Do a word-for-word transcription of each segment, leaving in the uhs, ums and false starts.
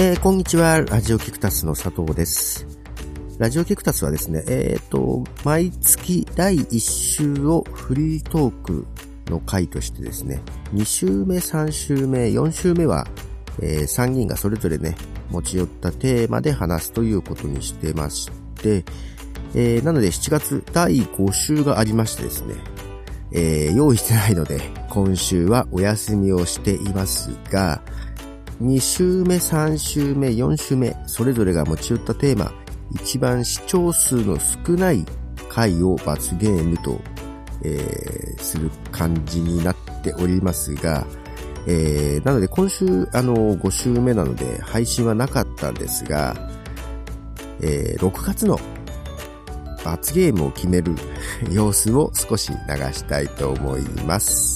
えー、こんにちは。ラジオキクタスの佐藤です。ラジオキクタスはですね、えっと、毎月だいいっ週をフリートークの回としてですね、に週目、さん週目、よん週目は、えー、さんにんがそれぞれね、持ち寄ったテーマで話すということにしてまして、えー、なのでしちがつだいご週がありましてですね、えー、用意してないので、今週はお休みをしていますが、に週目、さん週目、よん週目、それぞれが持ち寄ったテーマ、一番視聴数の少ない回を罰ゲームと、えー、する感じになっておりますが、えー、なので今週、あの、ご週目なので配信はなかったんですが、えー、ろくがつの罰ゲームを決める様子を少し流したいと思います。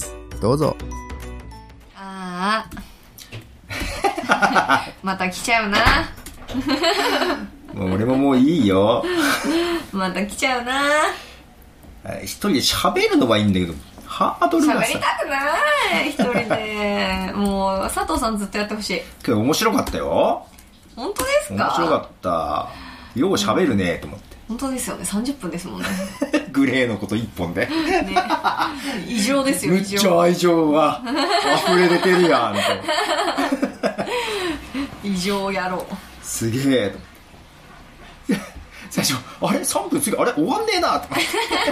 どうぞ。 ああ。また来ちゃうな。 もう俺ももういいよ。 また来ちゃうな。 一人で喋るのはいいんだけど、ハードルがさ。 喋りたくない一人で。もう佐藤さんずっとやってほしい。 けど面白かったよ。 本当ですか？ 面白かった。よう喋るねと思って。 本当ですよね。さんじゅっぷんですもんね。 グレーのこと一本で。ね。 異常ですよ。 めっちゃ愛情が溢れ出てるやんと。 異常やろう。 すげえと。最初あれさんぷん次あれ終わんねえなと。めっ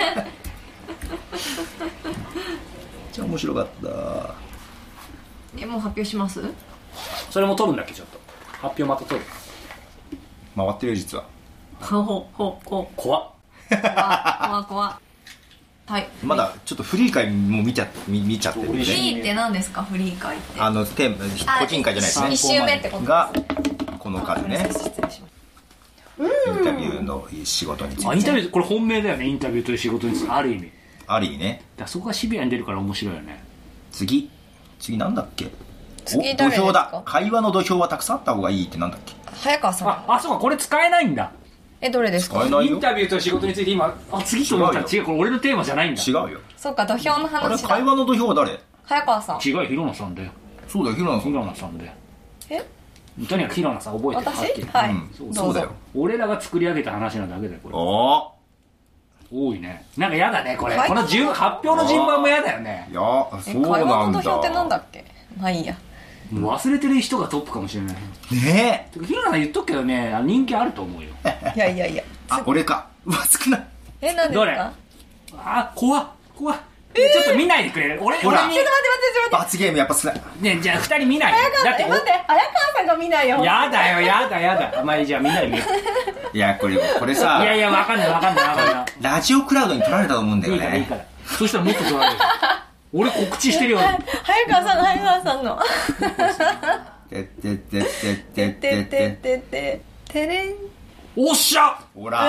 ちゃ面白かった。 え、もう発表します？ それも撮るんだっけ？ちょっと発表また撮る。 回ってるよ実は。 ほほほほ怖っ怖っ怖っ。はい。 まだちょっとフリー会も見ちゃ見見ちゃってるんで、ね。 フリーって何ですか？フリー会って。 あのテーマ個人会じゃないですね。 一週目ってことがこの数ね。 失礼しました。 インタビューの仕事について。 あ、インタビューこれ本命だよね。インタビューという仕事についてある意味。 ある意味ね。 だそこがシビアに出るから面白いよね。 次次なんだっけ？ 次土俵だ。会話の土俵はたくさんあった方がいいってなんだっけ？ 早川さん。 あ、あ、そうかこれ使えないんだ。 え、どれですか？ 使えないよ。 インタビューという仕事について今あ次と思ったら違う、これ俺のテーマじゃないんだ。 違うよ。 そうか、土俵の話だ。 あれ会話の土俵は誰？ 早川さん。 違うよ、広野さんだよ。 そうだよ、広野さん。 広野さんだよ。 え？ とにかく広野さん覚えてる。 私？はい、 うんそうそうだよ。 俺らが作り上げた話なだけだよこれ。 お多いね。なんかやだねこれ。 会話のこの順発表の順番もやだよね。 いやそうなんだ。 会話の土俵ってなんだっけ？まあいいや。 もう忘れてる人がトップかもしれない。 ねてか広野さん言っとくけどね、人気あると思うよ。 いやいやいや。 あ、俺か。うわ少ない。 え、なんですどれ？ か？ あ、怖っ怖っ。ちょっと見ないでくれる？俺ほら俺にちょっと待って待って待って。 罰ゲームやっぱ少ない。 ね、じゃあ二人見ない。 早川さん、 だってえ、待って、早川さんが見ないよ。 やだよやだやだ。まあじゃあみんなで見よう。 いやこれこれさ。 いやいやわかんないわかんないわかんない。 ラジオクラウドに撮られたと思うんだよいいからいいね。 から。そしたらもっと取られる。俺告知してるよ。 早川さんの早川さんの。 てってってってっててってってってっててれん。 おっしゃ。 ほら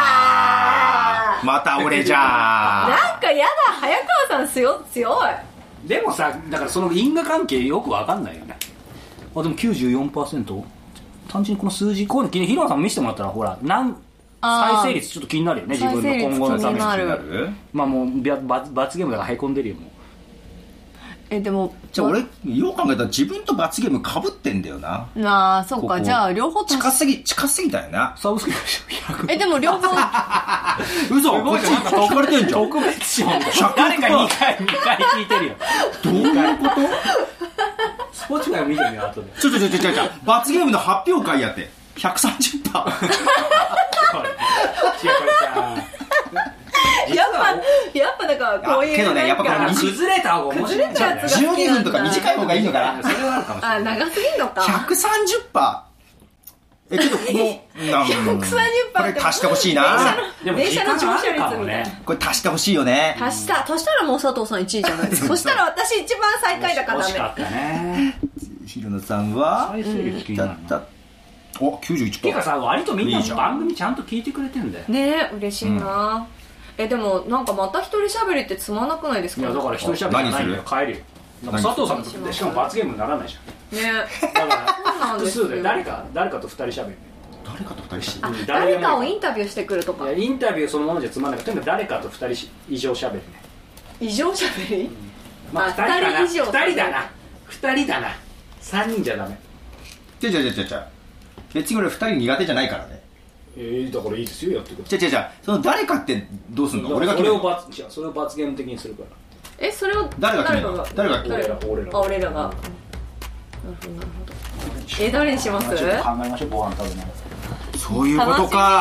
また俺じゃん。 なんかやだ、早川さん強強い。 でもさ、だからその因果関係よくわかんないよね。あ、でも きゅうじゅうよんパーセント？ 単純にこの数字、こういうの広野さん見せてもらったらほら、なん再生率ちょっと気になるよね、自分の今後のために。 気になる。 まあもう罰罰ゲームだからへこんでるよもう。 え、でもじゃあ俺よう考えたら自分と罰ゲーム被ってんだよな。 なあ、そうか。 ここじゃあ両方足し近すぎ近すぎたよな。 サブスクリプションえ、でも両方嘘。 すごいじゃん。なんか聞かれてんじゃん。 特別賞みたいな。誰かにかいにかい聞いてるよ。 どういうこと？ スポーツ界を見てみよう後で。 ちょちょちょちょちょ罰ゲームの発表会やってひゃくさんじゅっパーセント。 違うこれさ。 やっぱやっぱだからこういうけどねやっぱこの崩れた方が面白いんじゃない？ じゅうにふんとか短い方がいいのかな。 それはあるかもしれない。 あ、長すぎんのか。 ひゃくさんじゅっパーセント。え、ちょっともうなんひゃくさんじゅっパーセントこれ足してほしいな。 電車の乗車率みたいな。 これ足してほしいよね。 足した足したらもう佐藤さんいちいじゃないですか。そしたら私一番最下位だからダメ。 惜しかったね。 広野さんは再生率気になるな。 お、きゅうじゅういちパーセント。 てかさ、割とみんな番組ちゃんと聞いてくれてんだよ。 ねえ、嬉しいな。え、でもなんかまた一人喋りってつまなくないですか？ いやだから一人喋りじゃないんだよ。帰るよ。佐藤さんとしかも罰ゲームにならないじゃん。 ねだからそうなんですよ。 複数で誰か誰かと二人喋る。 誰かと二人してあ、誰かをインタビューしてくるとか。 いやインタビューそのものじゃつまんないから、とにかく誰かと二人以上喋るね。 異常喋り？ まあ二人だな。二人だな。二人だな。三人じゃダメ。 違う違う違う違う。別に俺二人苦手じゃないからね。 えー、だからいいですよ、やってください。 違う違う違う。その誰かってどうすんの？俺がそれ決めるの。 を罰、違う、それを罰ゲーム的にするから。 え、それを誰が決めるの？ 誰か誰が決める誰が俺らあ、俺らが。なるほど、なるほど。え、誰にします？ ちょっと考えましょう、ご飯食べながら。 そういうことか。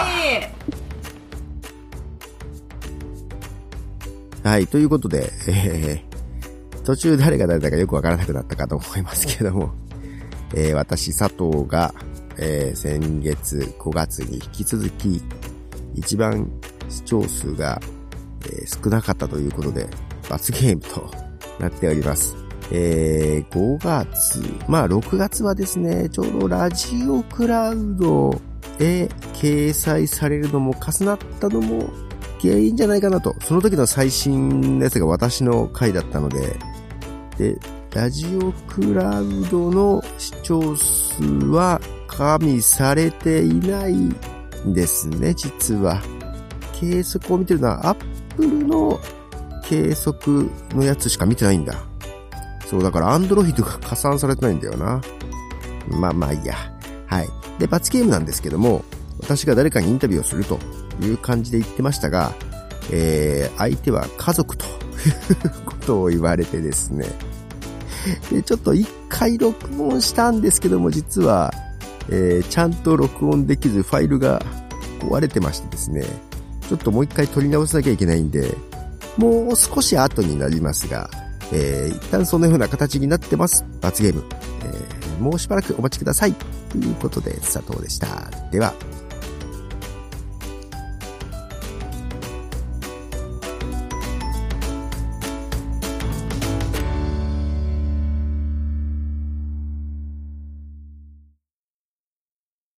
はい、ということで、えー、途中誰が誰だかよくわからなくなったかと思いますけども、えー、私、佐藤が、えー、先月ごがつに引き続き、一番視聴数が、えー、少なかったということで、罰ゲームとなっております。えー、ごがつ、まあろくがつはですね、ちょうどラジオクラウドへ掲載されるのも重なったのも原因じゃないかなと。その時の最新のやつが私の回だったので、で、ラジオクラウドの視聴数は加味されていないんですね、実は。計測を見てるのは Apple の計測のやつしか見てないんだ。そう、だから Android が加算されてないんだよな。まあまあいいや。はい。で、罰ゲームなんですけども、私が誰かにインタビューをするという感じで言ってましたが、えー、相手は家族ということを言われてですね。で、ちょっと一回録音したんですけども、実は、えー、ちゃんと録音できずファイルが壊れてましてですね、ちょっともう一回取り直さなきゃいけないんで、もう少し後になりますが、えー、一旦そのような形になってます。罰ゲーム。えー、もうしばらくお待ちください。ということで、佐藤でした。では。